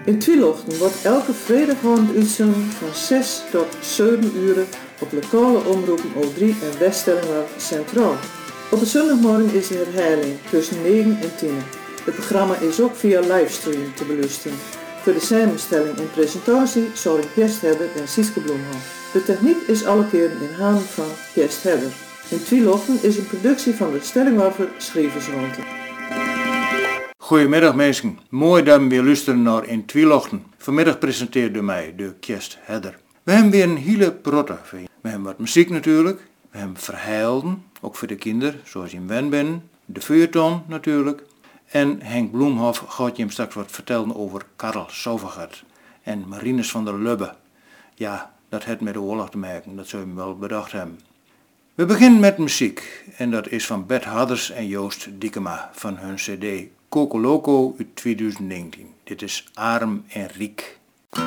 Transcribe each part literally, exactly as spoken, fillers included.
In Twilochten wordt elke vrijdagavond uitzending van zes tot zeven uur op lokale omroepen O drie en Weststellingweg Centraal. Op de zondagmorgen is de herhaling tussen negen en tien. Het programma is ook via livestream te beluisteren. Voor de samenstelling en presentatie zorgen Kerst Herder en Sieske Bloemhoff. De techniek is alle keren in handen van Kerst Herder. In Twilochten is een productie van de Stellingwaffer Schrijversruimte. Goedemiddag mensen, mooi dat we weer luisteren naar In Twilochten. Vanmiddag presenteert door mij de Kerst Herder. We hebben weer een hele protte. We hebben wat muziek natuurlijk, we hebben verhalen, ook voor de kinderen, zoals je in wen bent. De feuilleton natuurlijk. En Henk Bloemhoff gaat je hem straks wat vertellen over Karel Sauvaget en Marinus van der Lubbe. Ja, dat heeft met de oorlog te maken, dat zou je wel bedacht hebben. We beginnen met muziek en dat is van Bert Hadders en Joost Diekema van hun cd Coco Loco uit twintig negentien. Dit is Arm en Riek.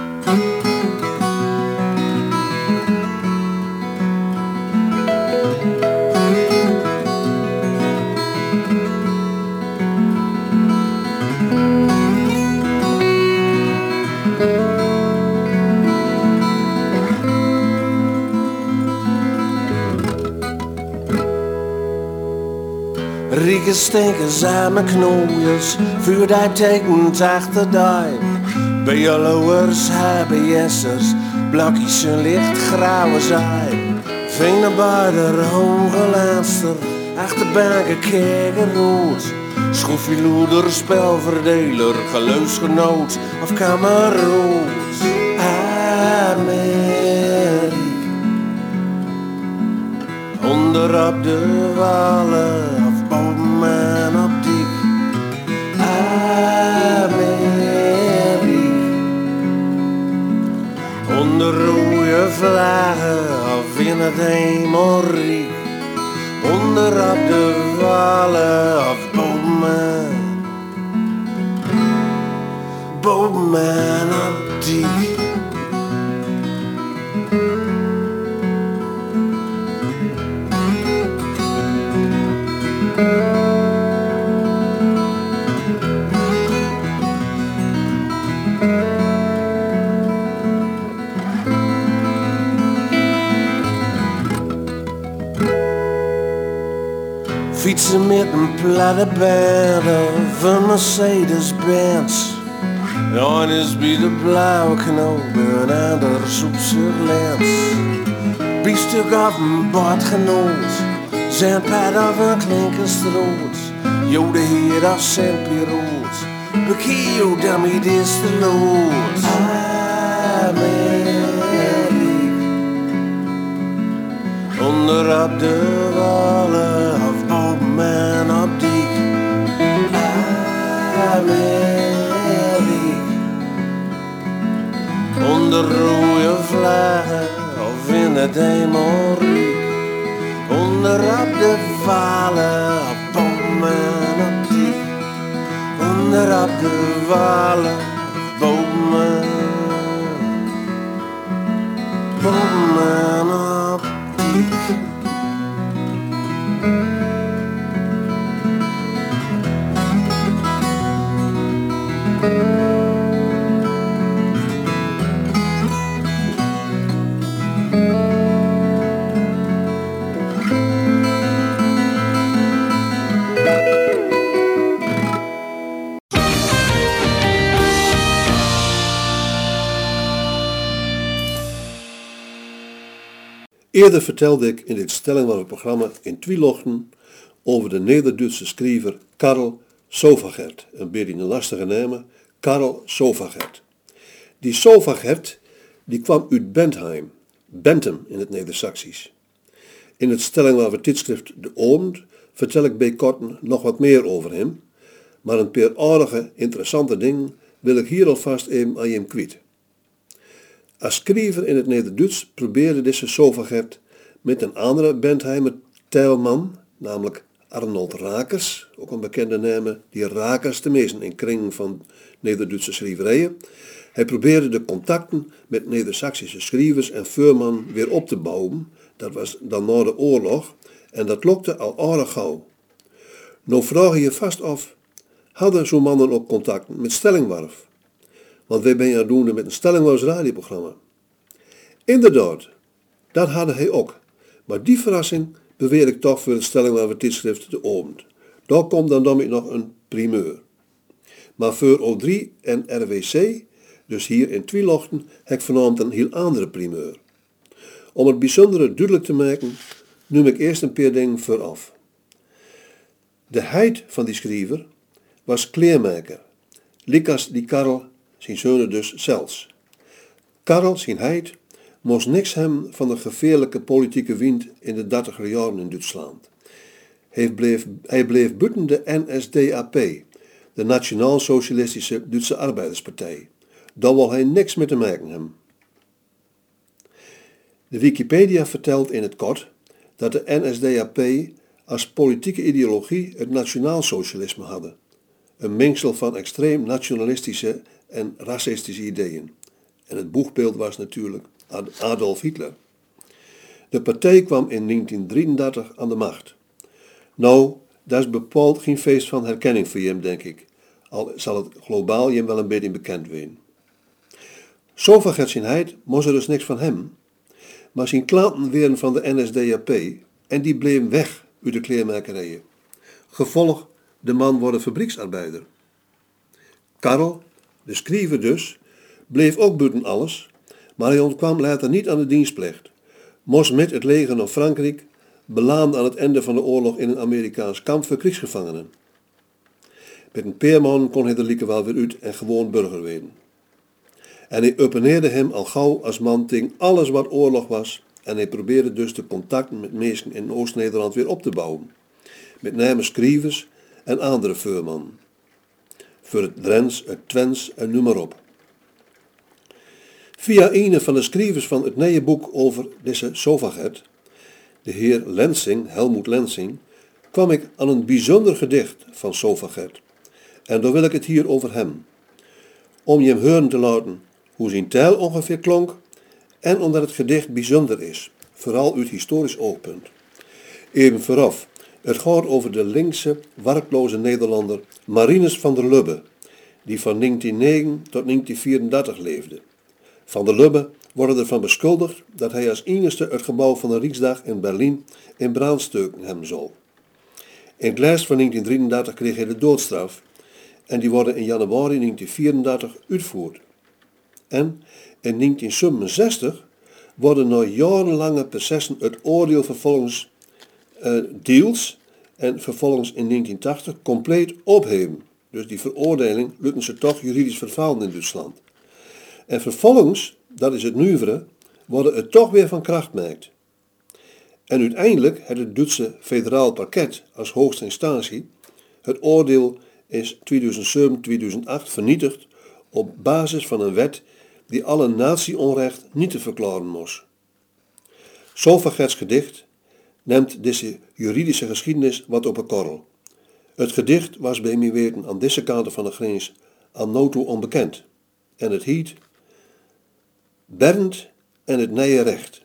Rieke stinken samen knoeien, vuur die tekent achter die. B L'ers, H B S'ers, blokjes een licht grauwe zaai. Vingerbouder, hoge laatster, achterbanken kijken rood. Schroefjeloeder, spelverdeler, geluidsgenoot of kameroot. Amerika, onder op de wallen. Man op dik Amerika, onder rode vlaggen of in het hemelrijk, onder op de wallen of boven, boven op dik. Fietsen met een platte band of een Mercedes-Benz. De een is bij de blauwe knoop, een ander zoekt zijn lens. Biefstuk of een badgenoot, zandpad of een klinkerstroot. Jo de heer of Sint-Piroot, bekeer dan niet is de lood. Amerika, onder op de wallen of boven op dik. Amerika, onder rode vlaggen of in het hemelrijk, onder op de vallen of boven op dik, onder op de wallen of boven, boven op dik. Eerder vertelde ik in dit Stellingwaffer-programma in Twilochten over de Neder-Duitse schrijver Karel Sauvaget, een beetje een lastige naam, Karel Sauvaget. Die Sauvaget die kwam uit Bentheim, Bentham in het Neder-Saxisch. In het Stellingwaffer tijdschrift De Oond vertel ik bij korten nog wat meer over hem, maar een paar aardige, interessante dingen wil ik hier alvast even aan je hem kwijt. Als schrijver in het Neder-Duits probeerde deze Sauvaget met een andere Bentheimer taalman, namelijk Arnold Rakers, ook een bekende naam, die Rakers te mezen in kringen van Neder-Duitse schrijverijen. Hij probeerde de contacten met Neder-Saxische schrijvers en veurman weer op te bouwen, dat was dan na de oorlog, en dat lukte al aardig gauw. Nou vraag je je vast af, hadden zo'n mannen ook contacten met Stellingwarf? want wij zijn doende met een stellingloos radioprogramma. Inderdaad, dat hadden hij ook. Maar die verrassing beweer ik toch voor het stellingloze tijdschrift De Oond. Daar komt dan dan nog een primeur. Maar voor O drie en R W C, dus hier in Twilochten, heb ik vanavond een heel andere primeur. Om het bijzondere duidelijk te maken, noem ik eerst een paar dingen vooraf. De heid van die schrijver was kleermaker, likas die Karel, zijn zoon dus zelfs. Karel, zijn heid, moest niks hebben van de gevaarlijke politieke wind in de dertiger jaren in Duitsland. Hij bleef, hij bleef buiten de N S D A P, de Nationaal-Socialistische Duitse Arbeiderspartij. Daar wil hij niks mee te maken hebben. De Wikipedia vertelt in het kort dat de N S D A P als politieke ideologie het nationaalsocialisme hadden. Een mengsel van extreem nationalistische en racistische ideeën. En het boegbeeld was natuurlijk Adolf Hitler. De partij kwam in negentien drieëndertig aan de macht. Nou, dat is bepaald geen feest van herkenning voor hem, denk ik. Al zal het globaal hem wel een beetje bekend zijn. Sofagertzinheid moest er dus niks van hem. Maar zijn klanten werden van de N S D A P en die bleven weg uit de kleermakerijen. Gevolg, de man wordt fabrieksarbeider. Karel, de schrijver dus, bleef ook buiten alles, maar hij ontkwam later niet aan de dienstplicht. Moest met het leger naar Frankrijk, belandde aan het einde van de oorlog in een Amerikaans kamp voor kriegsgevangenen. Met een paar maanden kon hij er lieke wel weer uit en gewoon burger worden. En hij opponeerde hem al gauw als man tegen alles wat oorlog was en hij probeerde dus de contacten met mensen in Oost-Nederland weer op te bouwen. Met name schrijvers en andere veurmannen. Voor het Drents, het Twents en noem maar op. Via een van de schrijvers van het nieuwe boek over deze Sofagert, de heer Lensing, Helmoet Lensing, kwam ik aan een bijzonder gedicht van Sofagert. En daar wil ik het hier over hem. Om je hem horen te laten hoe zijn taal ongeveer klonk en omdat het gedicht bijzonder is, vooral uit historisch oogpunt. Even vooraf, het gaat over de linkse, werkloze Nederlander Marinus van der Lubbe, die van negentien negen tot negentien vierendertig leefde. Van der Lubbe wordt ervan beschuldigd dat hij als enigste het gebouw van de Rijksdag in Berlijn in brand steken hebben zal. In het lijst van negentien drieëndertig kreeg hij de doodstraf en die worden in januari negentien vierendertig uitgevoerd. En in negentien zevenenzestig worden na jarenlange processen het oordeel vervolgens uh, deels en vervolgens in negentien tachtig compleet opheven. Dus die veroordeling lukken ze toch juridisch verfalen in Duitsland. En vervolgens, dat is het nuivere, worden het toch weer van kracht gemaakt. En uiteindelijk heeft het Duitse federaal parket als hoogste instantie het oordeel is tweeduizend zeven tweeduizend acht vernietigd op basis van een wet die alle nazi-onrecht niet te verklaren moest. Sofagerts gedicht neemt deze juridische geschiedenis wat op een korrel. Het gedicht was bij mij weten aan deze kant van de grens aan nou toe onbekend. En het hiet Bernd en het nije recht.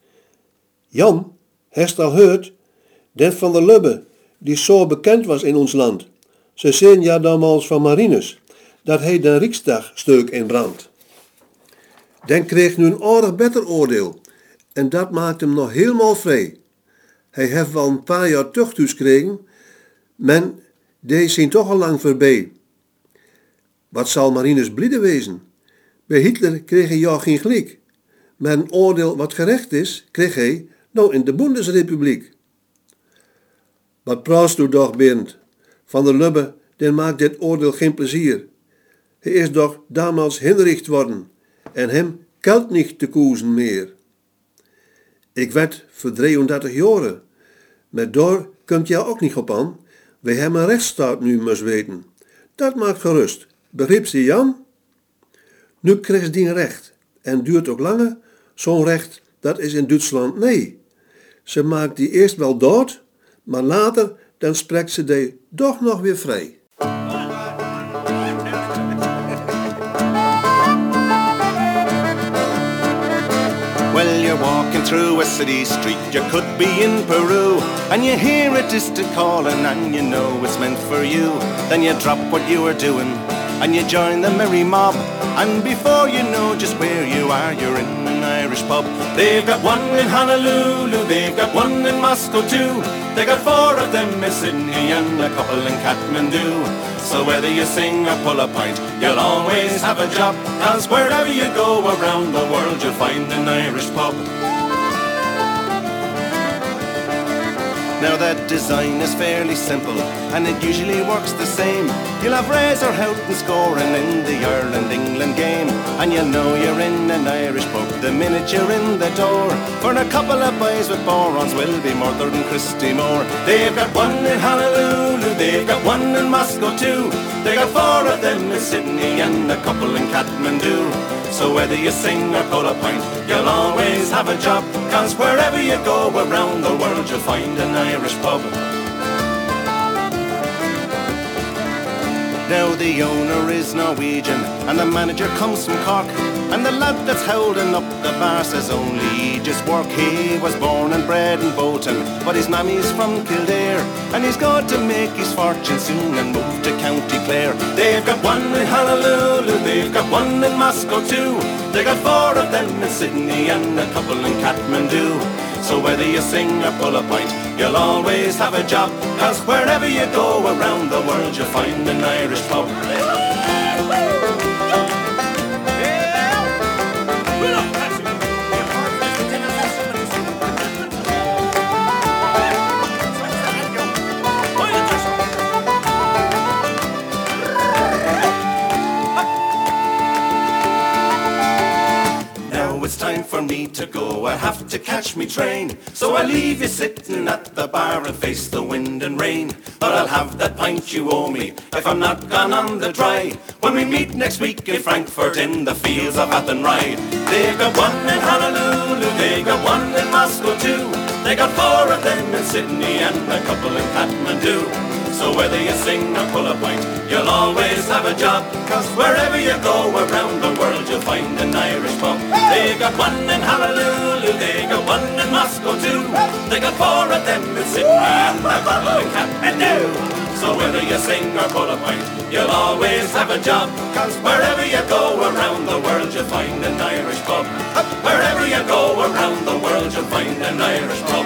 Jan, hast al gehoord? Den van der Lubbe, die zo bekend was in ons land. Ze zijn ja damals van Marinus, dat hij de Rijksdag steuk in brand. Den kreeg nu een aardig beter oordeel, en dat maakt hem nog helemaal vrij. Hij heeft wel een paar jaar tuchthuis gekregen, maar die zijn toch al lang voorbij. Wat zal Marinus blide wezen? Bij Hitler kreeg hij ja geen gelijk, maar een oordeel wat gerecht is, kreeg hij nou in de Bundesrepubliek. Wat praat u toch, Bernd? Van der Lubbe, den maakt dit oordeel geen plezier. Hij is toch damals hinricht worden, en hem kelt niet te kozen meer. Ik werd voor drieëndertig jaren, maar daar komt jou ook niet op aan. Wij hebben een rechtsstaat nu mus weten. Dat maakt gerust. Begrijp ze, Jan? Nu krijgt die recht, en duurt ook langer. Zo'n recht, dat is in Duitsland nee. Ze maakt die eerst wel dood, maar later dan spreekt ze die toch nog weer vrij. Well, you're walking through a city street, you could be in Peru, and you hear a distant calling, and you know it's meant for you. Then you drop what you were doing, and you join the merry mob, And before you know just where you are, you're in an Irish pub. They've got one in Honolulu, they've got one in Moscow too. They got four of them in Sydney and a couple in Kathmandu. So whether you sing or pull a pint, you'll always have a job, 'cause wherever you go around the world, you'll find an Irish pub. Now that design is fairly simple, and it usually works the same. You'll have Razor Houghton scoring in the Ireland-England game, and you'll know you're in an Irish pub the minute you're in the door. For a couple of boys with borons will be Murder and Christy Moore. They've got one in Honolulu, they've got one in Moscow too. They got four of them in Sydney and a couple in Kathmandu. So whether you sing or pull a pint, you'll always have a job, 'cause wherever you go around the world, you'll find an Irish pub. Now the owner is Norwegian and the manager comes from Cork, and the lad that's holding up the bar says only he just work. He was born and bred in Bolton, but his mammy's from Kildare, and he's got to make his fortune soon and move to County Clare. They've got one in Honolulu, they've got one in Moscow too. They got four of them in Sydney and a couple in Kathmandu. So whether you sing or pull a pint, you'll always have a job, 'cause wherever you go around the world, you'll find an Irish pub. It's time for me to go, I have to catch me train. So I leave you sitting at the bar and face the wind and rain. But I'll have that pint you owe me if I'm not gone on the dry, when we meet next week in Frankfurt in the fields of Athenry. They've got one in Honolulu, they've got one in Moscow too. They got four of them in Sydney and a couple in Kathmandu. So whether you sing or pull a pint, you'll always have a job, 'cause wherever you go around the world, you'll find an Irish pub. They got one in Honolulu, they got one in Moscow too. They got four of them in Sydney and a couple in Kathmandu. So whether you sing or pull a pint, you'll always have a job, 'cause wherever you go around the world, you'll find an Irish pub. Wherever you go around the world, you'll find an Irish pub.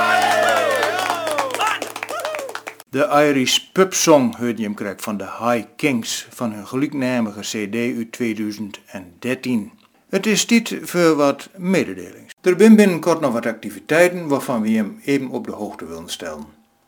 De Irish Pub Song hoorde je hem krijgen van de High Kings van hun gelijknamige cd uit tweeduizend dertien. Het is tijd voor wat mededelings. Er zijn binnenkort nog wat activiteiten waarvan we hem even op de hoogte willen stellen.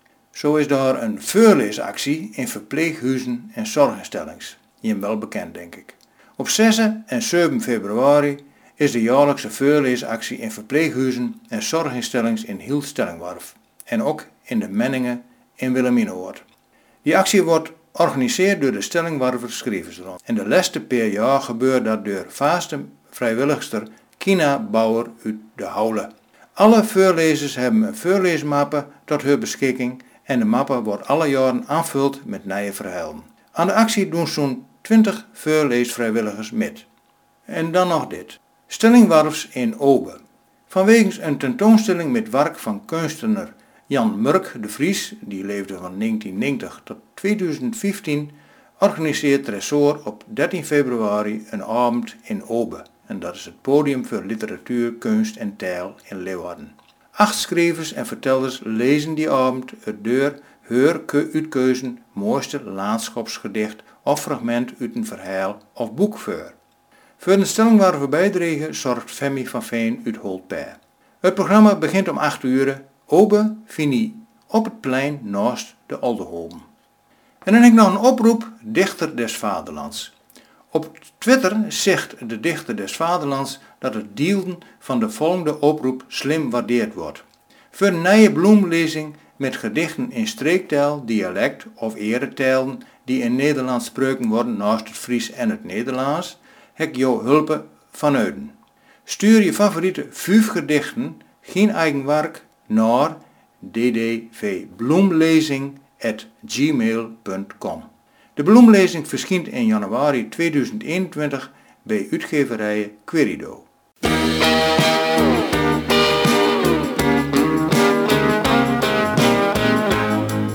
Zo is daar een voorleesactie in verpleeghuizen en zorginstellings. Je hem wel bekend, denk ik. Op zes en zeven februari is de jaarlijkse voorleesactie in verpleeghuizen en zorginstellings in heel Stellingwarf. En ook in de Menningen in Wilhelminaoord. Die actie wordt georganiseerd door de Stellingwarver Schrijversrond. En de laatste per jaar gebeurt dat door vaste vrijwilligster Kina Bauer uit de Houle. Alle voorlezers hebben een voorleesmappe tot hun beschikking en de mappe wordt alle jaren aanvuld met nieuwe verhalen. Aan de actie doen zo'n twintig voorleesvrijwilligers mee. En dan nog dit. Stellingwarfs in Obe. Vanwege een tentoonstelling met werk van kunstenaar Jan Murk de Vries, die leefde van negentien negentig tot tweeduizend vijftien, organiseert Tresor op dertien februari een avond in Obe. En dat is het podium voor literatuur, kunst en taal in Leeuwarden. Acht schrijvers en vertellers lezen die avond het deur heur uitkeuzen mooiste landschapsgedicht of fragment uit een verhaal of boek voor. Voor de Stellingwarver bijdrage zorgt Femi van Veen uit Holtpaar. Het programma begint om acht uur. Obe vind je op het plein naast de Aldeholm. En dan heb ik nog een oproep, Dichter des Vaderlands. Op Twitter zegt de Dichter des Vaderlands dat het delen van de volgende oproep slim waardeerd wordt. Voor een nieuwe bloemlezing met gedichten in streektaal, dialect of eretalen die in Nederland gesproken worden naast het Fries en het Nederlands, heb ik jou hulp van Uiden. Stuur je favoriete vijf gedichten, geen eigen werk, naar d d v bloemlezing at gmail punt com. De bloemlezing verschijnt in januari tweeduizend eenentwintig bij uitgeverij Querido.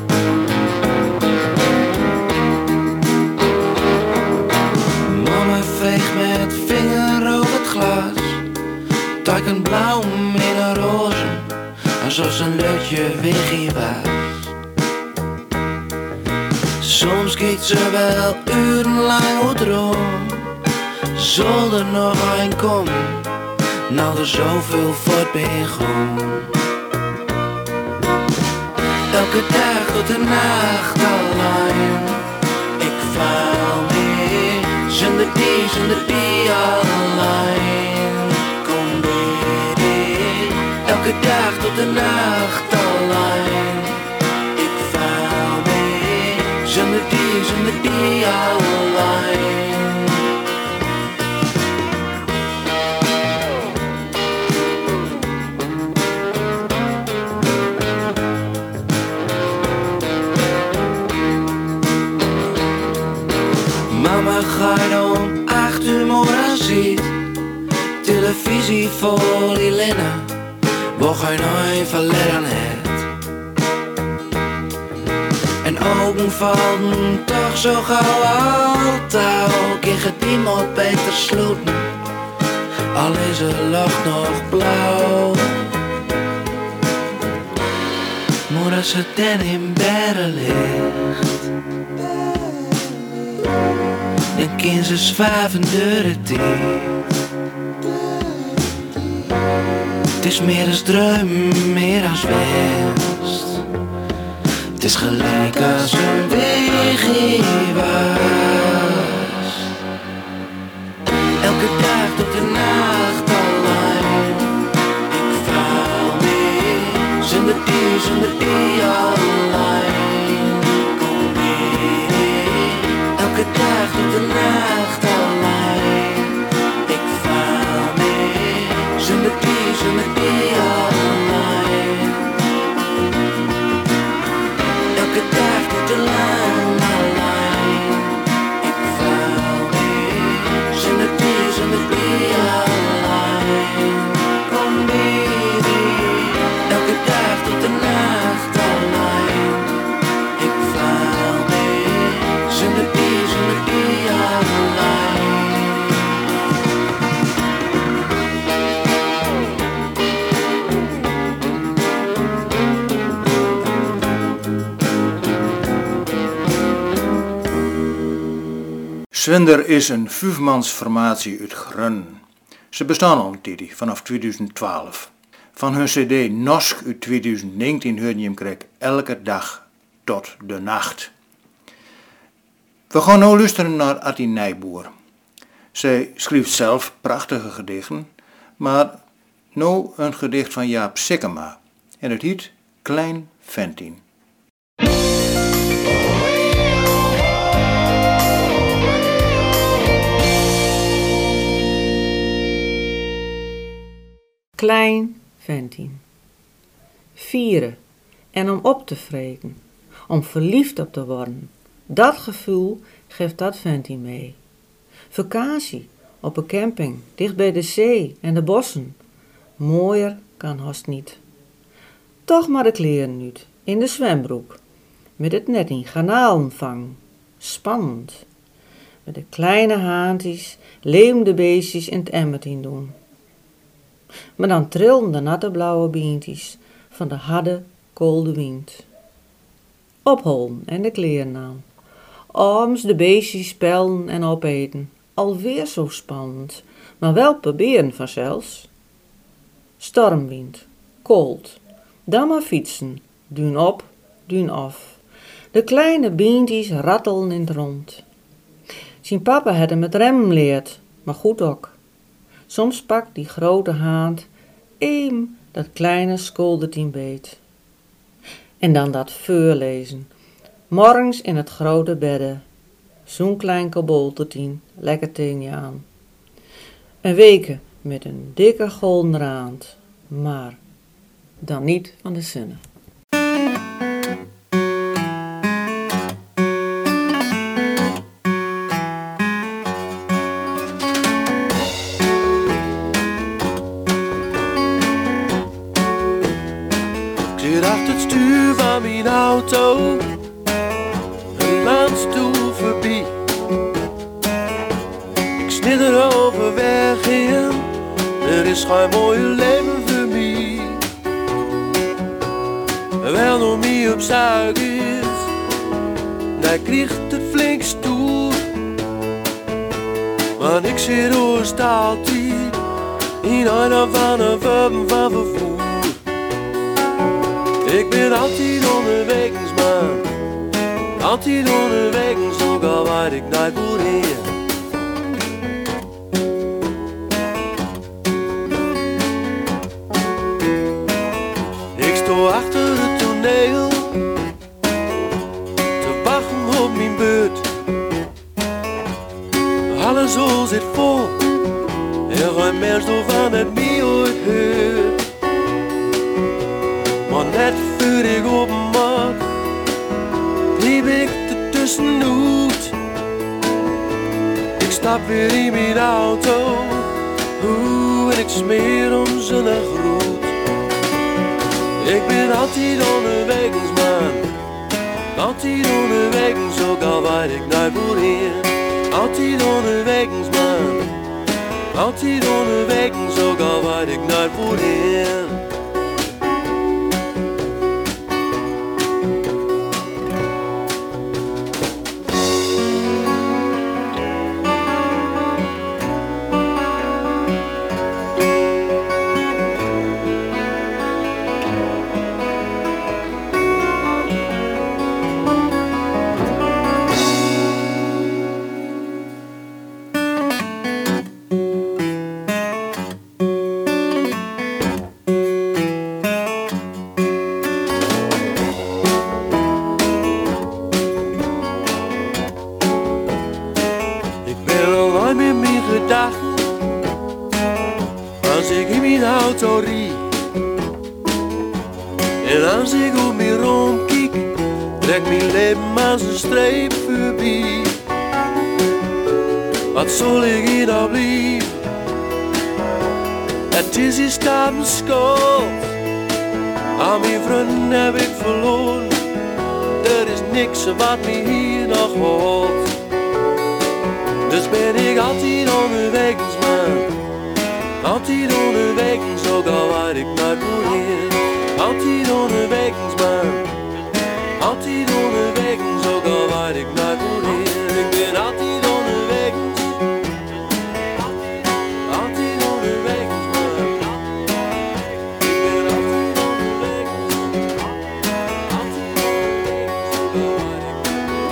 Mama veeg met vinger over het glas. Tuik een blauw in roze, alsof zijn luchtje weggie was. Soms kijkt ze wel urenlang hoe droom. Zal er nog een komen, nou er zoveel voort ben gewoon. Elke dag tot de nacht alleen. Ik val mee, zonder die, zonder die alleen. Kom weer, elke dag tot de nacht alleen. Ik val mee, zonder die, zonder die alleen. Mama gaat om acht uur morgens ziet televisie vol die linnen, waar geen een verleden heeft. En ogen vallen toch zo gauw altijd ook in gediem op beter sloten, al is de lucht nog blauw. Maar als het dan in bedden ligt, dan kan ze zwaven deuren dicht. Het is meer als droom, meer als west. Het is gelijk als een weegie was. Elke dag tot de nacht alleen. Ik val mee, zonder die, zonder die alleen. Elke dag tot de nacht alleen. Ik val mee, zonder die, zonder die alleen. Elke dag tot de lang alleen. Ik val mee, zonder die, zonder die alleen. Kom baby, elke dag tot de nacht alleen. Ik val mee, zonder die, zonder die alleen. Swender is een vijfmansformatie uit Grun. Ze bestaan al een tijdje, vanaf tweeduizend twaalf. Van hun cd Nosk uit tweeduizend negentien hoorde je hem krijgen elke dag tot de nacht. We gaan nu luisteren naar Attie Nijboer. Zij schreef zelf prachtige gedichten, maar nu een gedicht van Jaap Sikkema. En het heet Klein Ventien. Klein Ventien. Vieren en om op te vreten, om verliefd op te worden. Dat gevoel geeft dat Ventien mee. Vakantie op een camping, dicht bij de zee en de bossen. Mooier kan haast niet. Toch maar de kleren niet, in de zwembroek. Met het net in garnalenvang. Spannend. Met de kleine haantjes, levende beestjes in het emmertien doen. Maar dan trillen de natte blauwe beentjes van de harde, kolde wind. Opholen en de kleren aan. Abends de beestjes spellen en opeten. Alweer zo spannend, maar wel proberen vanzelfs. Stormwind, koud, dan maar fietsen, duin op, duin af. De kleine beentjes rattelen in het rond. Zijn papa had hem met remmen leerd, maar goed ook. Soms pakt die grote haand eem dat kleine skoldertien beet. En dan dat voorlezen, morgens in het grote bedden, zo'n klein kaboltertien, lekker tegen je aan. Een weken met een dikke golden raand, maar dan niet van de zonne. Ik zit achter het stuur van mijn auto, een landstoel voorbij. Ik zit er overweg in. Er is geen mooie leven voor mij. Wel nog meer op zaak is, hij krijgt het flink stoer. Want ik zit oost altijd in een van een vorm van vervoer. Ik ben altijd onderweg, man. Altijd onderweg, ook al weet ik nooit voorheen. Ik sta achter het toneel te wachten op mijn beurt. Alles zo zit vol en geen mens van het mij ooit heurt. Maar net voor ik openmaak, liep ik er tussenuit. Ik stap weer in mijn auto, oeh, en ik smeer om zonnig groet. Ik ben altijd onderweg, man. Altijd onderweg, ook al weet ik nooit voorheen. Altijd onderweg, man. Altijd onderweg, ook al weet ik nooit voorheen. Als ik in mijn auto rijd en als ik op mijn rond kijk, trekt mijn leven als een streep voorbij. Wat zal ik hier nou blijven? Het is hier staat mijn schuld. Aan mijn vrienden heb ik verloren. Er is niks wat me hier nog houdt. Dus ben ik altijd onderweg, man. Altijd onderweg, ook al weet ik nooit voorheen. Altijd onderweg, man. Altijd onderweg, ook al weet ik nooit voorheen. Ik ben altijd onderweg. Altijd onderweg, man. Ik ben altijd onderweg. Altijd onderweg, ook al weet ik nooit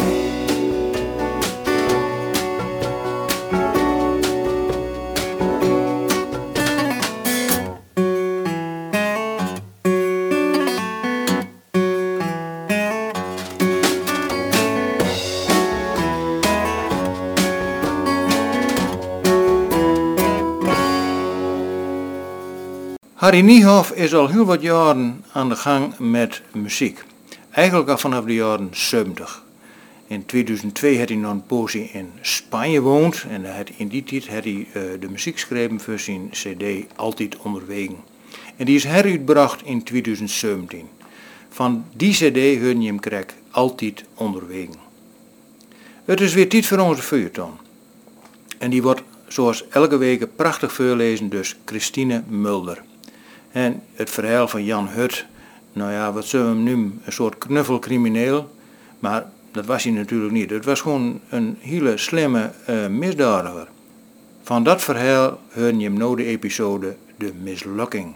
Harry Niehoff is al heel wat jaren aan de gang met muziek. Eigenlijk al vanaf de jaren zeventig. In tweeduizend twee had hij nog een poosje in Spanje woond. En had in die tijd had hij uh, de muziek geschreven voor zijn cd Altijd Onderwegen. En die is heruitbracht in tweeduizend zeventien. Van die cd hoorde je hem krijg Altijd Onderwegen. Het is weer tijd voor onze feuilleton. En die wordt zoals elke week prachtig voorlezen dus Christine Mulder. En het verhaal van Jan Hut, nou ja, wat zullen we hem noemen, een soort knuffelcrimineel, maar dat was hij natuurlijk niet. Het was gewoon een hele slimme uh, misdadiger. Van dat verhaal hoor je hem nou de episode De Mislukking.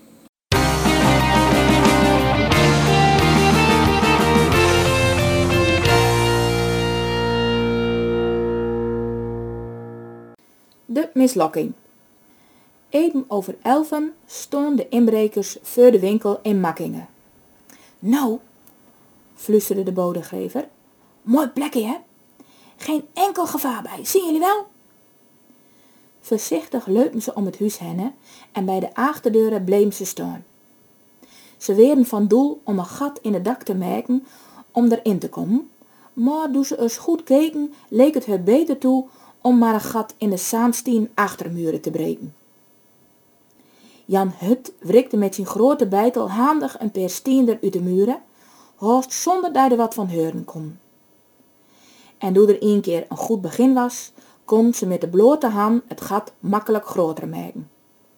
De mislukking. Even over elfen stonden de inbrekers voor de winkel in Makkingen. Nou, fluisterde de bodegever. Mooi plekje, hè? Geen enkel gevaar bij, zien jullie wel? Voorzichtig liepen ze om het huis heen en bij de achterdeuren bleven ze staan. Ze werden van doel om een gat in het dak te maken om erin te komen, maar toen ze eens goed keken, leek het hun beter toe om maar een gat in de saamstien achtermuren te breken. Jan Hut wrikte met zijn grote bijtel handig een paar stiender uit de muren, haast zonder dat hij er wat van horen kon. En toen er een keer een goed begin was, kon ze met de blote hand het gat makkelijk groter maken.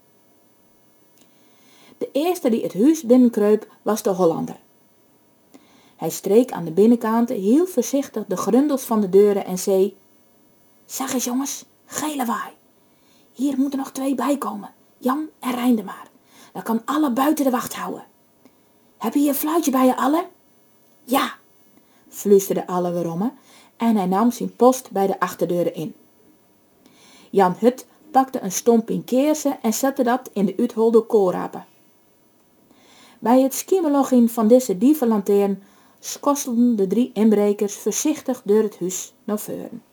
De eerste die het huis binnenkreep was de Hollander. Hij streek aan de binnenkant heel voorzichtig de grundels van de deuren en zei: "Zeg eens jongens, geen lawaai. Hier moeten nog twee bij komen, Jan en Reinder maar. Dan kan alle buiten de wacht houden. Heb je een fluitje bij je allen?" "Ja," fluisterden alle weerommen en hij nam zijn post bij de achterdeuren in. Jan Hut pakte een stomping keersen en zette dat in de uitholde koolrapen. Bij het schiemerlogin van deze dievenlantern skostelden de drie inbrekers voorzichtig door het huis naar voren.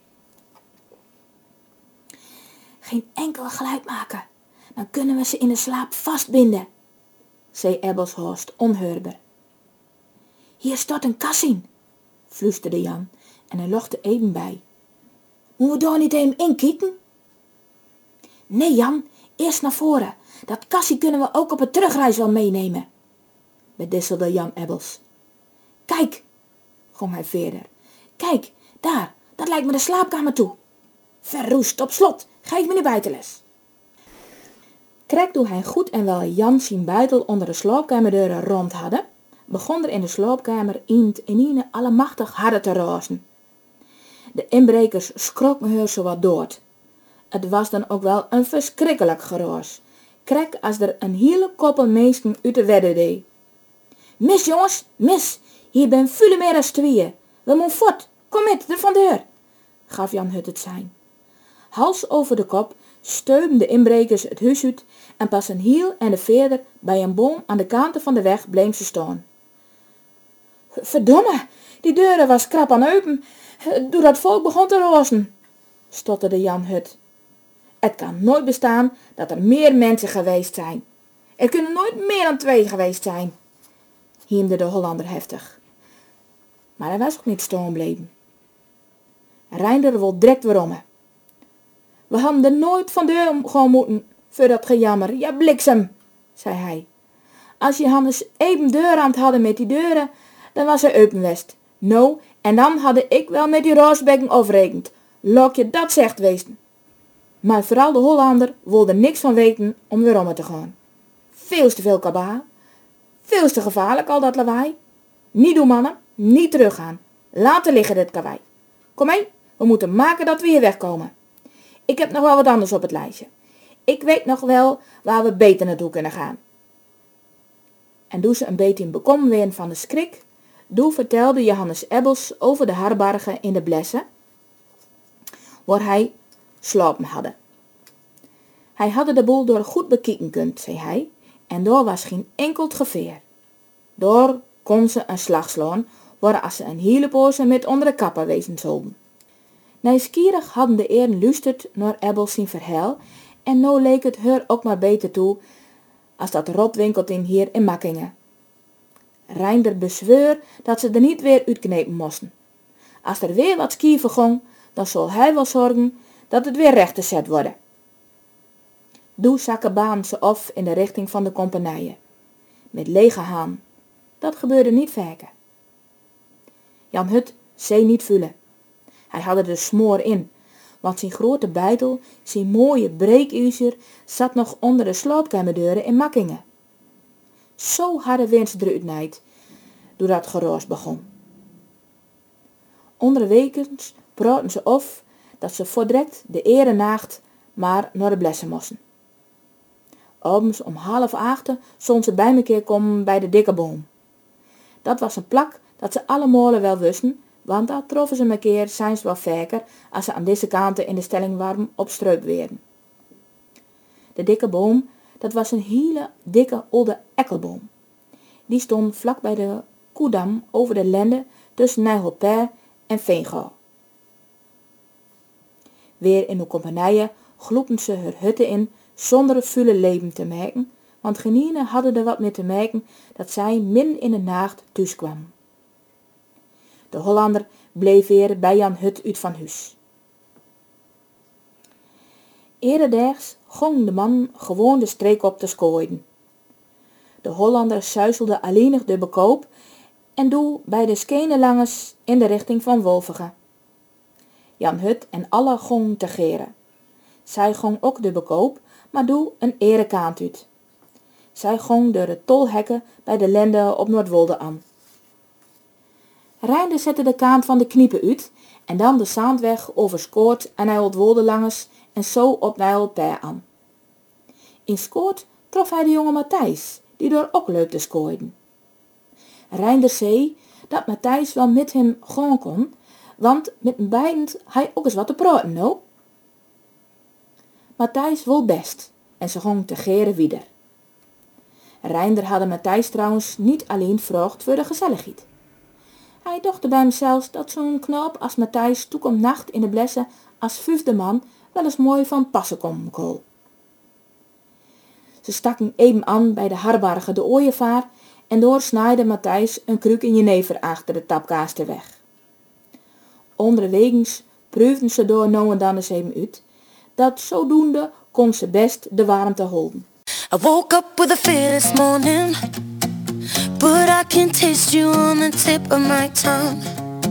"Geen enkel geluid maken, dan kunnen we ze in de slaap vastbinden," zei Ebbelshorst onhoorbaar. "Hier stort een kas in," fluisterde Jan en hij lochte even bij. "Moeten we daar niet even inkijken?" "Nee Jan, eerst naar voren. Dat kassie kunnen we ook op het terugreis wel meenemen," bedisselde Jan Ebbels. "Kijk," gong hij verder. "Kijk, daar, dat lijkt me de slaapkamer toe. Verroest op slot, geef me de buitenles." Krek toen hij goed en wel Jan zijn buitel onder de slaapkamerdeuren rond hadden, begon er in de slaapkamer iemand en ine allemachtig harder te razen. De inbrekers schrokken haar zo wat dood. Het was dan ook wel een verschrikkelijk geraas. Krek als er een hele koppel mensen uit de wedde deed. "Mis jongens, mis, hier ben vele meer als tweeën. We moeten voort, kom met, er van deur," gaf Jan Hut het zijn. Hals over de kop steuben de inbrekers het huis uit en pas een hiel en de veerder bij een boom aan de kanten van de weg bleef ze staan. "Verdomme, die deuren was krap aan open, doordat volk begon te rozen," stotterde Jan Hut. "Het kan nooit bestaan dat er meer mensen geweest zijn. Er kunnen nooit meer dan twee geweest zijn," hiemde de Hollander heftig. Maar hij was ook niet staan gebleven. Reinder wil direct weerommen. "We hadden er nooit van deur gaan moeten, voor dat gejammer, ja bliksem," zei hij. "Als je Hannes even deurhand hadden met die deuren, dan was hij open west. Nou, en dan hadde ik wel met die roosbekken afrekend. Lok je dat zegt wezen." Maar vooral de Hollander wilde niks van weten om weer om te gaan. "Veel te veel kabaal. Veel te gevaarlijk al dat lawaai. Niet doen mannen, niet teruggaan. Laten liggen dit kawaii. Kom mee, we moeten maken dat we hier wegkomen. Ik heb nog wel wat anders op het lijstje. Ik weet nog wel waar we beter naartoe kunnen gaan." En toen ze een beetje in bekomen werden van de schrik, toen vertelde Johannes Ebbels over de harbargen in de blessen, waar hij slapen hadden. Hij hadden de boel door goed bekijken kunt, zei hij, en daar was geen enkel geveer. Daar kon ze een slag slaan, waar als ze een hele poos met onder de kappen wezen zouden. Nieuwsgierig hadden de eren luisterd naar Ebbels zijn verhaal, en nou leek het haar ook maar beter toe, als dat rotwinkeltje hier in Makkingen. Reinder bezweer dat ze er niet weer uitknepen moesten. Als er weer wat schieven ging, dan zal hij wel zorgen dat het weer recht gezet worden. Toen zakken baan ze af in de richting van de kompanijen. Met lege haan. Dat gebeurde niet vaker. Jan Hut zei niet vullen. Hij had er de smoor in, want zijn grote beitel, zijn mooie breekuizer, zat nog onder de slaapkamerdeuren in Makkingen. Zo hadden wens eruit niet, doordat het geroos begon. Onder de wekens praten ze af dat ze voor direct de ere nacht maar naar de blessen moesten. Abends om half achten zonden ze bij elkaar komen bij de dikke boom. Dat was een plak dat ze allemaal wel wisten, want daar troffen ze een keer zijns wel vaker als ze aan deze kanten in de stelling warm op streup werden. De dikke boom, dat was een hele dikke oude ekkelboom. Die stond vlak bij de Koedam over de lende tussen Nijlhoper en Veengaal. Weer in de kompanijen gloepen ze hun hutten in zonder een vuile leven te maken, want genienen hadden er wat mee te maken dat zij min in de nacht thuis kwam. De Hollander bleef weer bij Jan Hut uit van huis. Eerderdags gong de man gewoon de streek op te skooien. De Hollander suizelde alleenig de bekoop en doe bij de Skenelangers in de richting van Wolvega. Jan Hut en alle gongen te geren. Zij gong ook de bekoop, maar doe een erekaant uit. Zij gong door de tolhekken bij de lende op Noordwolde aan. Reinder zette de kaant van de kniepen uit en dan de Zaandweg over Skoort en naar Oldwolde langs en zo op naar Oldper aan. In Skoort trof hij de jonge Matthijs, die door ook leuk te skooiden. Reinder zei dat Matthijs wel met hem gaan kon, want met een beiden hij ook eens wat te praten nou. Matthijs wil best en ze gong te geren wieder. Reinder hadden Matthijs trouwens niet alleen vraagd voor de gezelligheid. Hij dacht bij hemzelf dat zo'n knap als Matthijs toekomt nacht in de blessen als vijfde man wel eens mooi van passen komen kon. Ze stakken even aan bij de harbarige de ooievaar en door snijde Matthijs een kruk in jenever achter de tapkaaster weg. Onderwegens proefden ze door nou en dan eens even uit, dat zodoende kon ze best de warmte houden. I woke up with a fear this morning, but I can taste you on the tip of my tongue.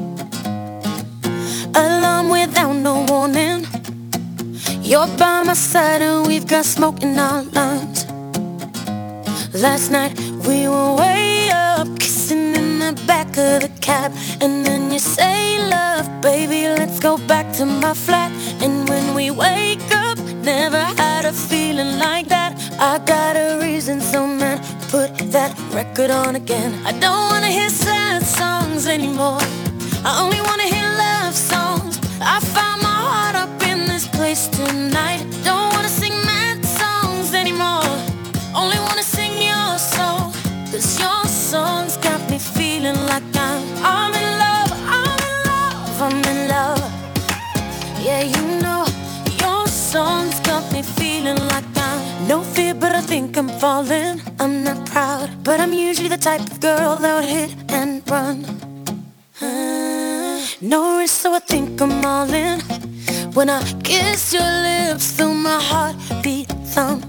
Alarm without no warning, you're by my side and we've got smoke in our lungs. Last night we were way up, kissing in the back of the cab, and then you say, love, baby, let's go back to my flat. And when we wake up, never had a feeling like that. I got a reason, so man, put that record on again. I don't wanna hear sad songs anymore, I only wanna hear love songs. I found my heart up in this place tonight. Don't wanna sing mad songs anymore, only wanna sing your song. Cause your songs got me feeling like I'm I'm in love, I'm in love, I'm in love. Yeah, you know, your songs got me feeling like I'm no fear, but I think I'm falling. I'm not proud, but I'm usually the type of girl that would hit and run. Uh, no risk, so I think I'm all in. When I kiss your lips, feel my heartbeat thump.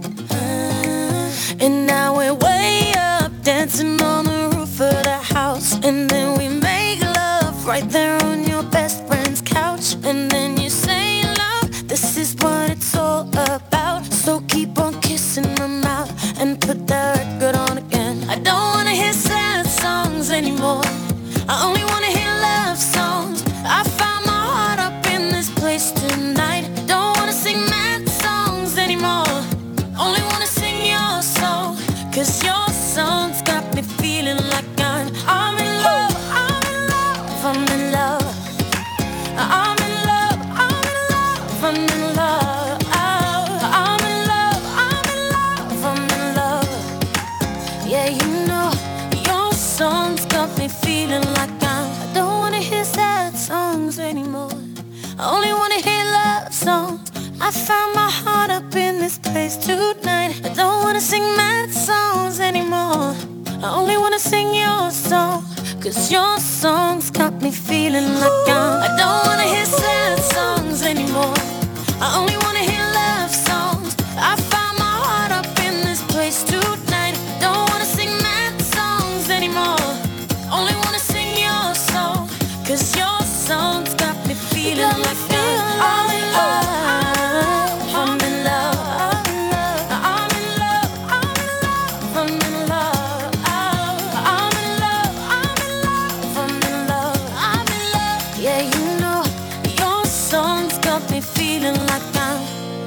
Uh, and now we're way up, dancing on the roof of the house. And then we make love right there on your best friend's couch. And then you say, love, this is what it's all about. So keep on kissing my mouth and put that record on again. I don't wanna hear sad songs anymore, I only wanna hear love songs. I found my heart up in this place tonight. Don't wanna sing mad songs anymore, only wanna sing your song. Cause your songs got me feeling like I'm I'm in love, I'm in love, I'm in love. I'm in love, I'm in love, I'm in love. I'm in love, I'm in love, I'm in love. Yeah, you know, your songs got me feeling like I'm I don't wanna hear sad songs anymore, I only wanna hear love songs. I found my heart up in this place tonight. I don't wanna sing mad songs anymore, I only wanna sing your song. Cause your songs got me feeling like I'm I don't wanna hear sad songs anymore, I only wanna hear love songs. I found my heart up in this place tonight. Don't wanna sing mad songs anymore, only wanna sing your song. Cause your songs got me feeling like I'm in love, I'm in love, I'm in love, I'm in love, I'm in love, I'm in love, I'm in love, I'm in love. Yeah, you know, your songs got me feeling like I'm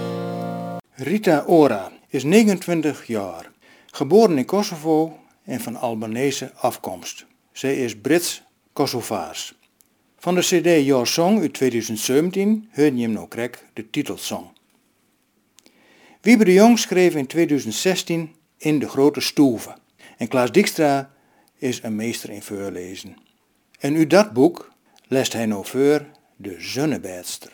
Rita Ora is negenentwintig jaar, geboren in Kosovo en van Albanese afkomst. Zij is Brits-Kosovaars. Van de cd Your Song uit tweeduizend zeventien hoorde je hem nou krek de titelsong. Wiebe de Jong schreef in tweeduizend zestien In de Grote Stoeve en Klaas Dijkstra is een meester in voorlezen. En uit dat boek leest hij nou voor De Zonnebedster.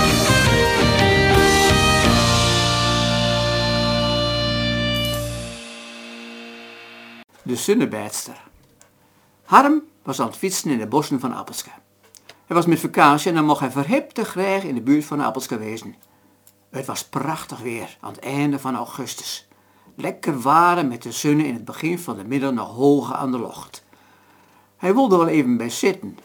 De Zonnebedster. Harm was aan het fietsen in de bossen van Appelske. Hij was met vakantie en dan mocht hij verhipte graag in de buurt van Appelske wezen. Het was prachtig weer aan het einde van augustus. Lekker waren met de zon in het begin van de middag nog hoog aan de lucht. Hij wilde wel even bij zitten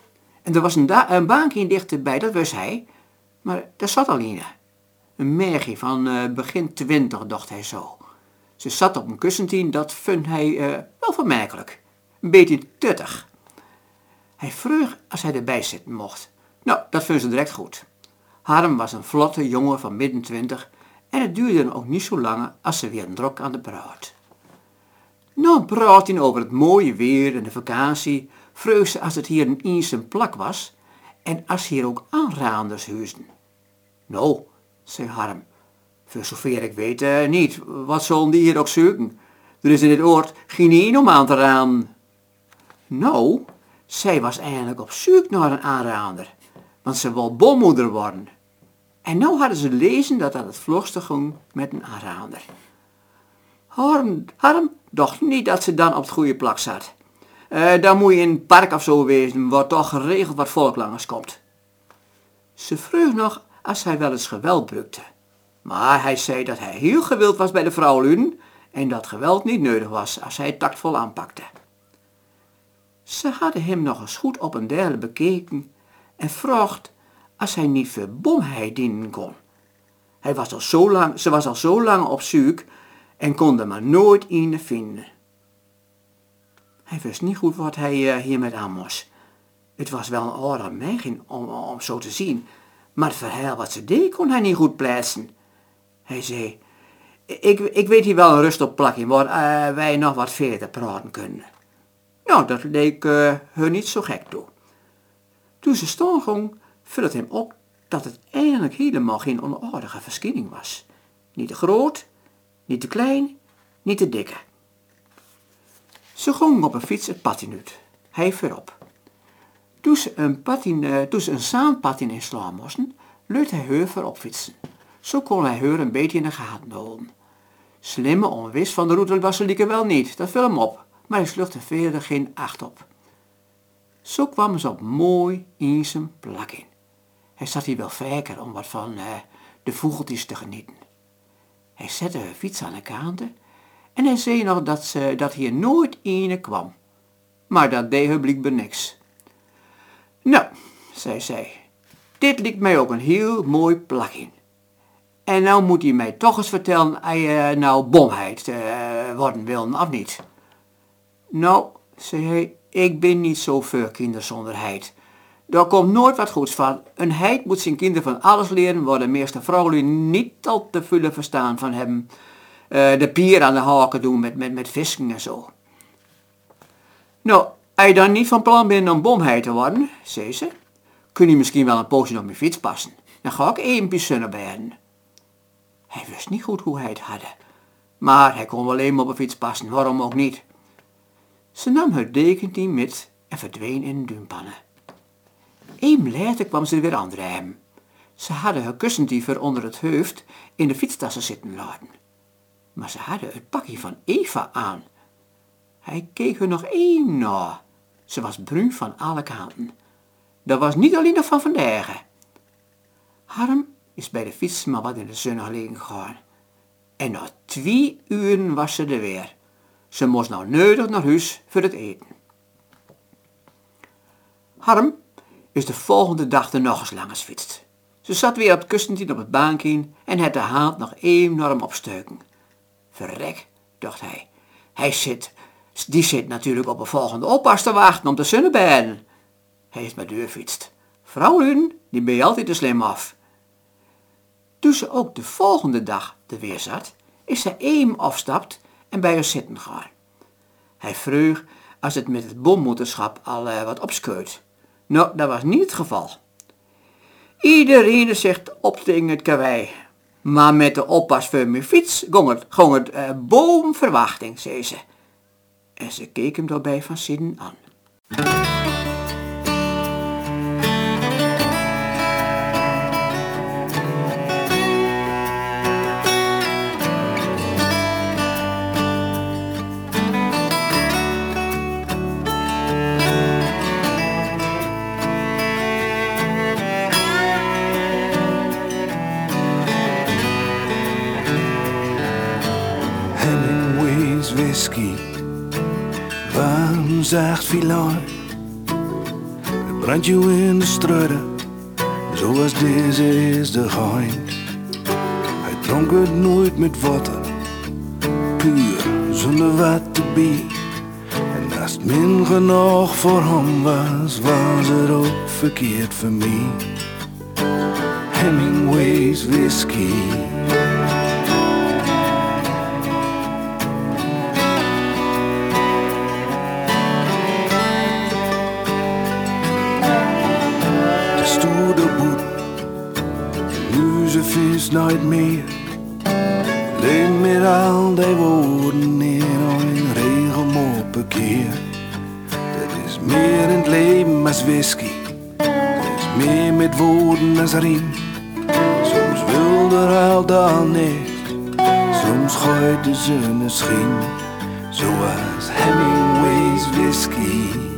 En er was een, da- een bankje dichterbij, dat wist hij. Maar daar zat Aline. Een meisje van uh, begin twintig, dacht hij zo. Ze zat op een kussentien, dat vond hij uh, wel vermakelijk. Een beetje tuttig. Hij vroeg als hij erbij zitten mocht. Nou, dat vond ze direct goed. Harm was een vlotte jongen van midden twintig en het duurde dan ook niet zo lang als ze weer drok aan de praat. Nou praat hij over het mooie weer en de vakantie, vroeg ze als het hier een eens een plak was en als hier ook aanraanders huisden. Nou, zei Harm, voor zover ik weet uh, niet, wat zullen die hier ook zoeken? Er is in dit oord geen een om aan te raanden. Nou, zij was eigenlijk op zoek naar een aanraander, want ze wil bommoeder worden. En nou hadden ze lezen dat dat het vlugste ging met een aanraander. Harm, Harm dacht niet dat ze dan op het goede plak zat. Uh, dan moet je in een park of zo wezen, waar toch geregeld wat volk langs komt. Ze vroeg nog als hij wel eens geweld brukte. Maar hij zei dat hij heel gewild was bij de vrouwluden en dat geweld niet nodig was als hij het tactvol aanpakte. Ze hadden hem nog eens goed op een derde bekeken en vrocht als hij niet voor bomheid dienen kon. Hij was al zo lang, ze was al zo lang op zoek en kon er maar nooit een vinden. Hij wist niet goed wat hij uh, hiermee aan moest. Het was wel een oude meisje om, om zo te zien, maar het verhaal wat ze deed kon hij niet goed plaatsen. Hij zei, ik, ik weet hier wel een rust op plakje waar uh, wij nog wat verder praten kunnen. Nou, dat leek uh, hun niet zo gek toe. Toen ze staan ging, viel het hem op dat het eigenlijk helemaal geen onaardige verschijning was. Niet te groot, niet te klein, niet te dikke. Ze ging op een fiets het pad in uit. Hij voorop. Toen ze een, patin, uh, toen ze een zaanpad in inslaan moesten, liet hij haar voorop fietsen. Zo kon hij haar een beetje in de gaten houden. Slimme onwis van de route was ze lieke wel niet, dat viel hem op, maar hij sloeg er verder geen acht op. Zo kwamen ze op mooi eenzaam plak in. Hij zat hier wel vaker om wat van uh, de vogeltjes te genieten. Hij zette haar fiets aan de kanten en hij zei nog dat, ze, dat hier nooit ene kwam. Maar dat deed haar blijkbaar niks. Nou, zei zij, dit lijkt mij ook een heel mooi plak in. En nou moet hij mij toch eens vertellen, hij uh, nou bomheid uh, worden wil of niet. Nou, zei hij, ik ben niet zo voor kinderen zonder heid. Daar komt nooit wat goeds van. Een heid moet zijn kinderen van alles leren, waar de meeste vrouwen niet al te veel verstaan van hebben. Uh, de pier aan de haken doen met, met, met visken en zo. Nou, als je dan niet van plan bent om bomheid te worden, zei ze, kun je misschien wel een poosje op mijn fiets passen. Dan ga ik even bijzonder bij hen. Hij wist niet goed hoe hij het had, maar hij kon wel even op een fiets passen, waarom ook niet. Ze nam haar dekentje met en verdween in de duinpannen. Even later kwam ze er weer aanrijden. Ze hadden haar kussentiever onder het hoofd in de fietstassen zitten laten. Maar ze hadden het pakje van Eva aan. Hij keek haar nog even na. Ze was bruin van alle kanten. Dat was niet alleen nog van vandaag. Harm is bij de fiets maar wat in de zon gelegen gegaan. En na twee uren was ze er weer. Ze moest nou nodig naar huis voor het eten. Harm is de volgende dag er nog eens langs fietst. Ze zat weer op het kussentje op het bankje en had de hand nog even naar hem opsteuken. Verrek, dacht hij. Hij zit, die zit natuurlijk op een volgende oppas te wachten om te zonnebaden. Hij is maar doorfietst. Vrouwen, die ben je altijd te slim af. Toen ze ook de volgende dag er weer zat, is zij even afstapt en bij haar zitten gaan. Hij vroeg als het met het bommoederschap al uh, wat opskeut. Nou, dat was niet het geval. Iedereen zegt op tegen het karwei. Maar met de oppas voor mijn fiets ging het, ging het uh, boven verwachting, zei ze. En ze keek hem daarbij van zinnen aan. Whisky, warm zacht filoor. Brand je in de struiden, zoals deze is de geheim. Hij dronk het nooit met water, puur, zonder wat te bieden. En als het min genoeg voor hem was, was het ook verkeerd voor mij. Hemingway's whiskey. De stoere boet, de muzevis nooit meer. Leef met al die woorden in een regelmoppen keer. Dat is meer in het leven als whisky. Dat is meer met woorden als riem. Soms wil er al dan niet, soms gooit de zon schijn, zoals Hemingway's whiskey.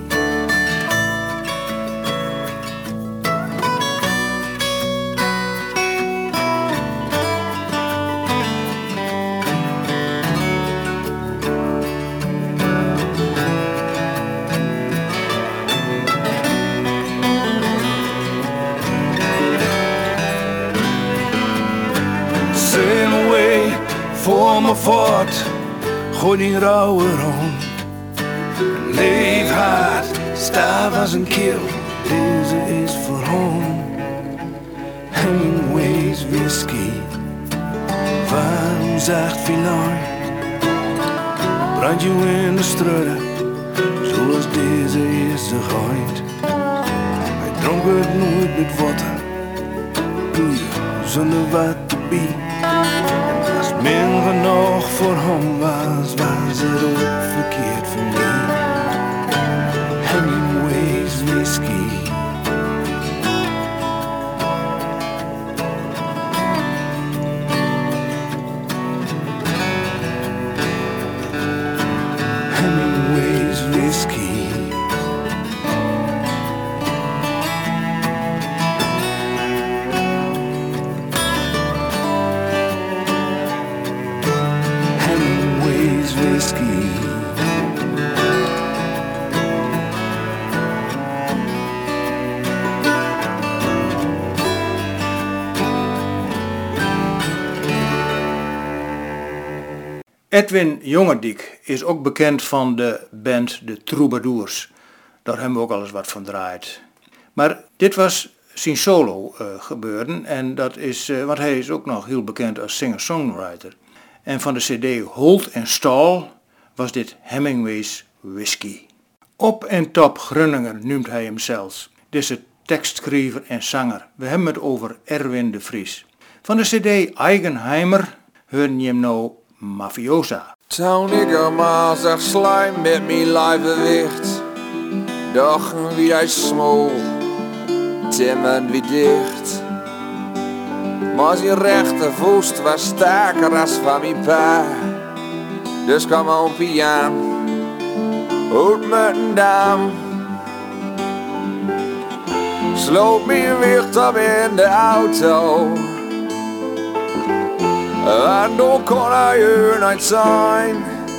Voor me voort, gooi die rouwe rond. Leef hard, sta als een kerel, deze is voor hem. Hemingway's whiskey, warm zacht filaan. Brand je in de struiden, zoals deze is de geit. Hij dronk het nooit met water, puur, zonder wat te bieden. Min genoeg voor hem was, was het ook verkeerd voor mij. Hemingway's whiskey. Hemingway's whiskey. Whiskey. Edwin Jongerdiek is ook bekend van de band De Troubadours. Daar hebben we ook al eens wat van draait. Maar dit was zijn solo uh, gebeuren en dat is, uh, want hij is ook nog heel bekend als singer-songwriter. En van de cd Holt en Staal was dit Hemingway's Whiskey. Op en top Grunninger noemt hij hem zelfs. Deze tekstschrijver en zanger. We hebben het over Erwin de Vries. Van de cd Eigenheimer horen je hem nou Mafiosa. Toen ik allemaal zag slijm met mijn lijve wicht, dachten wie hij smol, timmen wie dicht. Maar zijn rechtervoet was sterker als van mijn pa. Dus kwam op Jan, uit met een dam. Sloop mijn wicht op in de auto. En dan kon hij er niet zijn.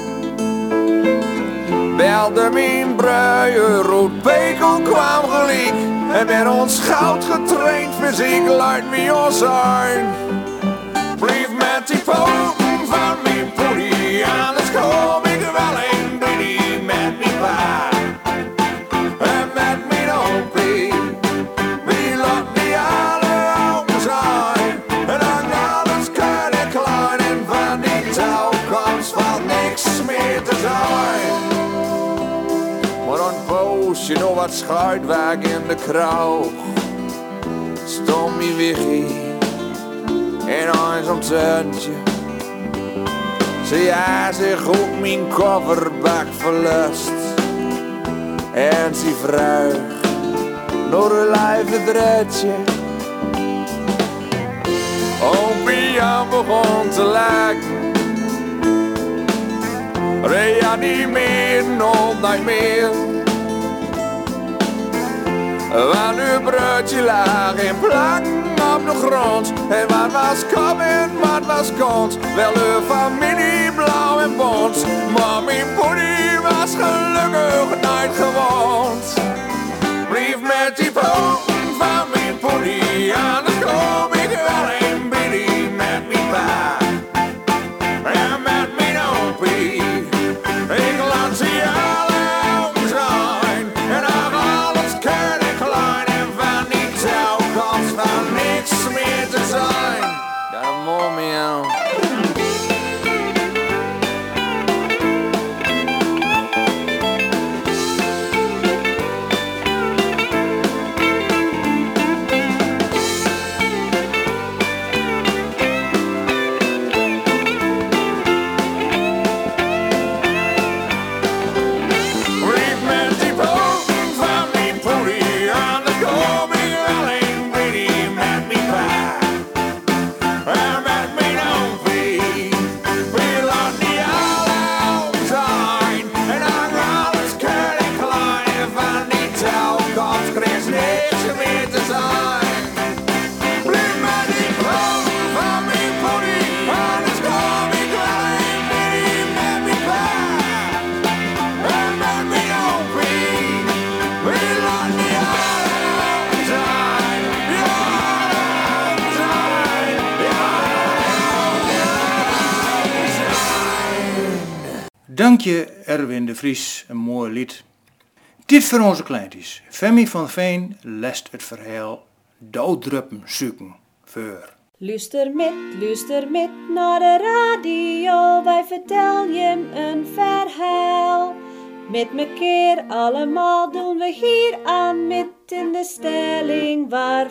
Belde mijn bruie rood pekel kwam gelijk. En met ons goud getraind fysiek luidt wie ons zijn. Blijf met die poten van mijn poedie, anders kom ik wel een biddy met mijn pa. En met mijn opie, wie laat die alle open zijn. En dan alles kan ik klein en van die toekomst valt niks meer te zijn. Maar dan poos je nog wat schuitwerk in de kroeg. Stond mijn wiggie en eens om tuintje. Zie hij zich op mijn kofferbak verlust. En ze vraagt door een lijve dretje. Opie Jan begon te lijken. Reanimeer nooit niet meer. Want uw broodje lag in plakken op de grond. En wat was kop en wat was kont. Wel uw familie blauw en bont. Maar mijn poedie was gelukkig nooit gewond. Brief met met die poten van mijn pony, anders kom ik wel een biddy met mijn pa. En met mijn opie, ik laat ze alle open zijn. En nog alles kan ik klein en van die toekomst van niks meer te zijn. Daar moet me aan. Dank je, Erwin de Vries, een mooi lied. Dit voor onze kleintjes. Femi van Veen lest het verhaal Douwdruppen zoeken voor. Luister met, luister met naar de radio, wij vertellen je een verhaal. Met mekaar allemaal doen we hier aan met in de stelling waar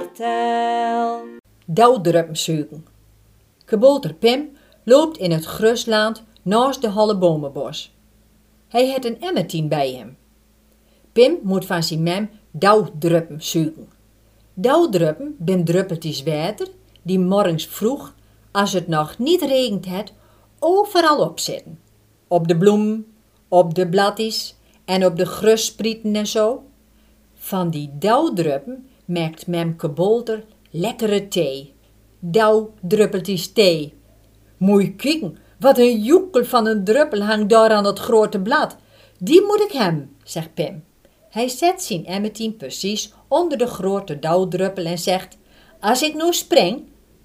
vertel. Douwdruppen zoeken. Kabouter Pim loopt in het grusland naast de Hollebomenbos. Hij heeft een emmertien bij hem. Pim moet van zijn mem dauwdruppen zoeken. Dauwdruppen ben druppeltjes water die morgens vroeg, als het nog niet regent het, overal opzitten. Op de bloemen, op de bladjes en op de grussprieten en zo. Van die dauwdruppen maakt mem Kabouter lekkere thee. Dauwdruppeltjes thee. Moet je kijken, wat een joekel van een druppel hangt daar aan het grote blad. Die moet ik hebben, zegt Pim. Hij zet zijn emmertien precies onder de grote dauwdruppel en zegt: als ik nou spring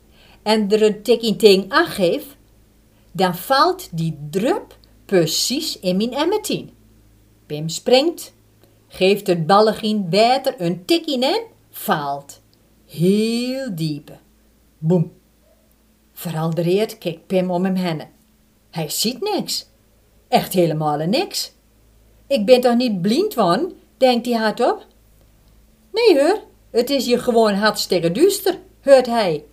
en er een tikkie ting aangeef, dan valt die drup precies in mijn emmertien. Pim springt, geeft het balletje water een tikkie en valt. Heel diepe. Boem. Veraldereerd kijkt Pim om hem heen. Hij ziet niks. Echt helemaal niks. Ik ben toch niet blind van, denkt hij hardop. Nee hoor, het is hier gewoon hartstikke duister, hoort hij.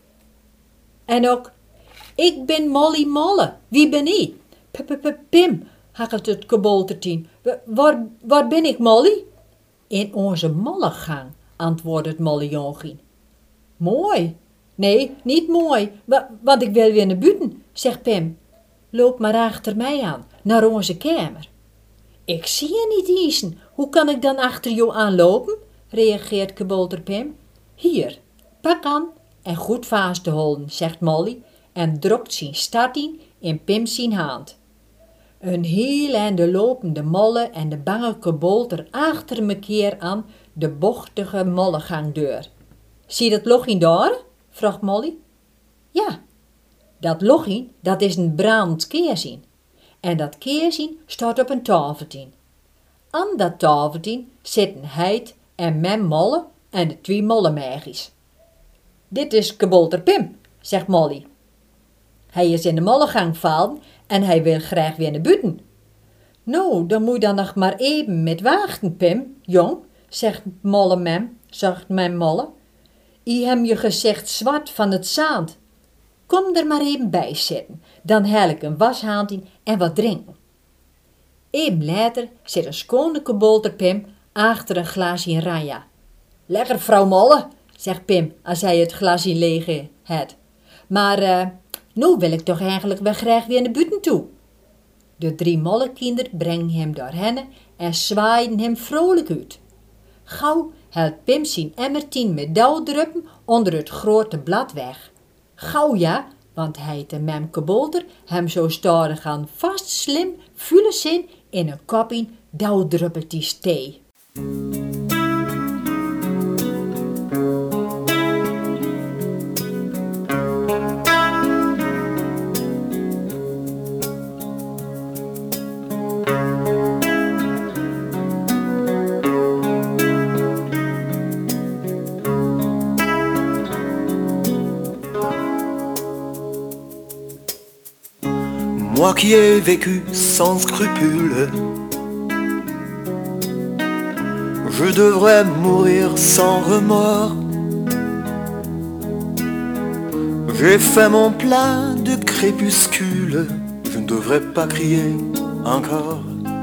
En ook, ik ben Molly Molle, wie ben ik? Pim, hakkelt het kaboutertien. Waar, waar ben ik, Molly? In onze mollegang, antwoordt Molly Jongien. Mooi. Nee, niet mooi, want ik wil weer naar buiten, zegt Pim. Loop maar achter mij aan, naar onze kamer. Ik zie je niet, Isen. Hoe kan ik dan achter jou aanlopen? Reageert Kabouter Pim. Hier, pak aan en goed vast te houden, zegt Molly en drukt zijn startien in Pim zijn hand. Een heel einde lopen de molle en de bange Kabouter achter mekaar aan de bochtige mollegangdeur. Zie dat login daar? Vraagt Molly. Ja, dat login, dat is een brandend keerzien. En dat keerzien staat op een tafeltien. Aan dat tafeltien zitten Heid en mem Molle en de twee mollemeisjes. Dit is Kabouter Pim, zegt Molly. Hij is in de mollegang gevallen en hij wil graag weer naar buiten. Nou, dan moet je dan nog maar even met wachten, Pim, jong, zegt Molle mem, zegt mem Molle. I hem je gezegd zwart van het zaand. Kom er maar even bij zitten, dan haal ik een washaand in en wat drinken. Even later zit een schone Kabouter Pim achter een glaasje ranja. Lekker, vrouw Molle, zegt Pim als hij het glaasje leeg heeft. Maar uh, nu wil ik toch eigenlijk wel graag weer naar buiten toe. De drie mollekinderen brengen hem doorheen en zwaaien hem vrolijk uit. Gauw haalt Pim zijn emmertien met dauwdruppen onder het grote blad weg. Gauw ja, want hij de mem Kabouter hem zo stadig aan vast slim vullen zin in een kopje dauwdruppeltjes thee. moi qui ai vécu sans scrupules. Je devrais mourir sans remords. J'ai fait mon plein de crépuscule. Je ne devrais pas crier encore.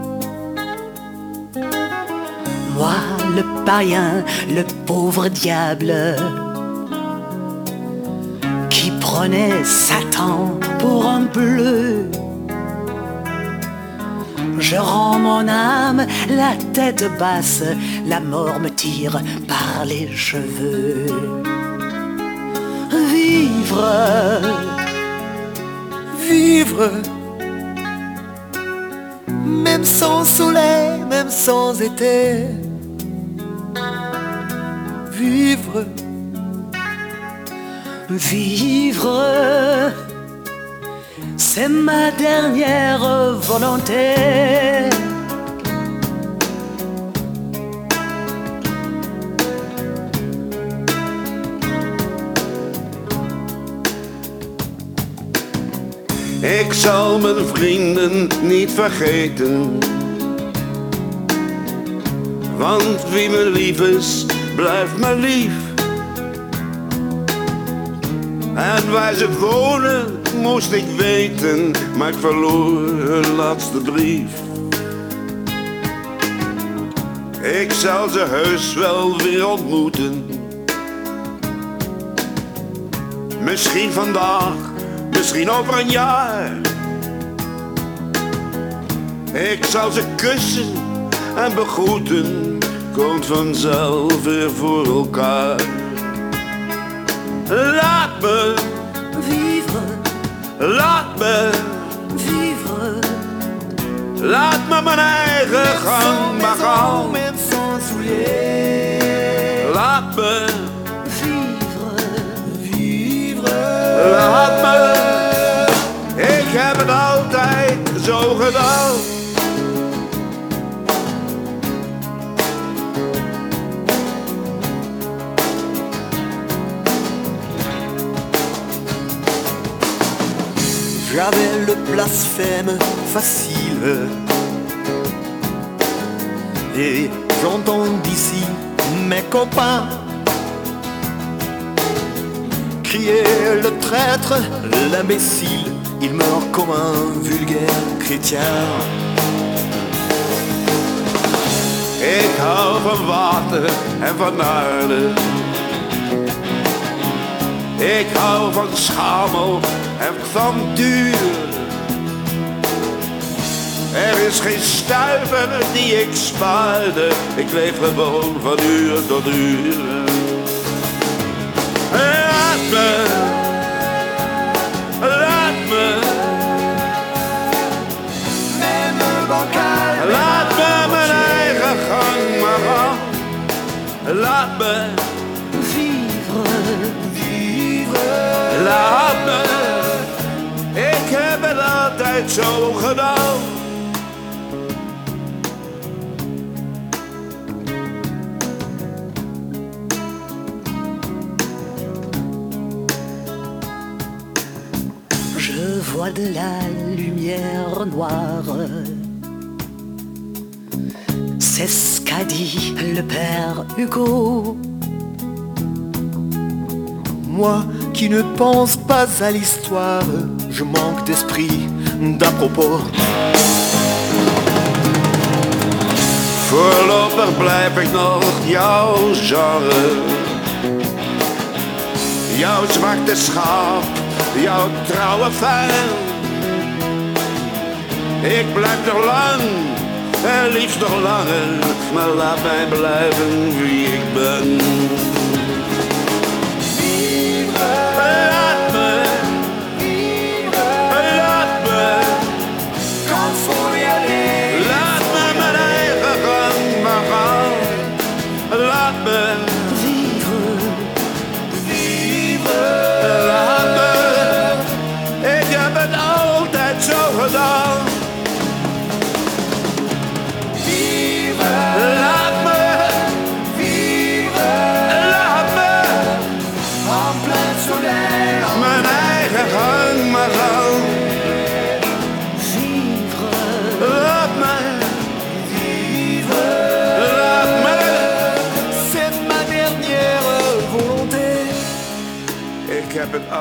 Moi, le païen, le pauvre diable, qui prenait Satan pour un bleu. Je rends mon âme la tête basse, la mort me tire par les cheveux. Vivre, vivre, même sans soleil, même sans été. Vivre, vivre, c'est ma dernière volonté. Ik zal mijn vrienden niet vergeten, want wie me lief is, blijft me lief. En waar ze wonen, moest ik weten, maar ik verloor hun laatste brief. Ik zal ze heus wel weer ontmoeten, misschien vandaag, misschien over een jaar. Ik zal ze kussen en begroeten, komt vanzelf weer voor elkaar. Laat me vivre, laat me vivre, laat me mijn eigen gang maar gaan. Laat me vivre, vivre, laat me. Ik heb het altijd zo gedaan. J'avais le blasphème facile. Et j'entends d'ici mes copains crier le traître, l'imbécile. Il meurt comme un vulgaire chrétien. Ik hou van water en van aarde. Ik hou van schamel en van duur. Er is geen stuiver die ik spaarde. Ik leef gewoon van uur tot uur. Laat me, laat me, laat me mijn eigen gang maar gaan. Laat me vivre, vivre, laat me. Ik heb het altijd zo gedaan. Je vois de la lumière noire. C'est ce qu'a dit le père Hugo. Moi qui ne pense pas à l'histoire, je manque d'esprit d'à propos. Voorlopig blijf ik nog jouw genre. Jouw zwarte schaap, jouw trouwe fan. Ik blijf nog lang, en liefst nog langer, maar laat mij blijven wie ik ben. Laat me, laat me, laat me mijn eigen gang maar gaan. Laat me vivre, vivre, laat me. Ik heb het altijd zo gedaan. Laat me, vivre, laat me, en plein soleil.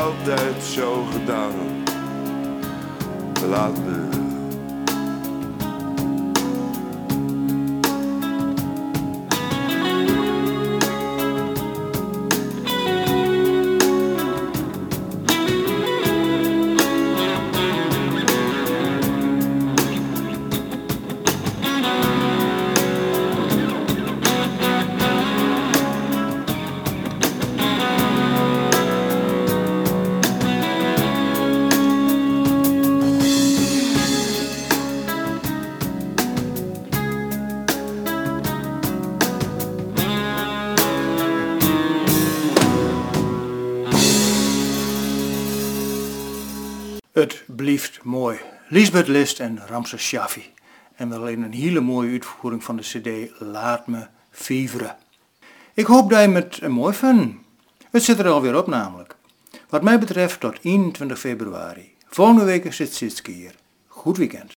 altijd zo gedaan. Laat me. Het blieft mooi. Lisbeth List en Ramses Shaffi. En wel in een hele mooie uitvoering van de cd Laat me viveren. Ik hoop dat je het mooi vindt. Het zit er alweer op namelijk. Wat mij betreft tot eenentwintig februari. Volgende week zit Sitske hier. Goed weekend.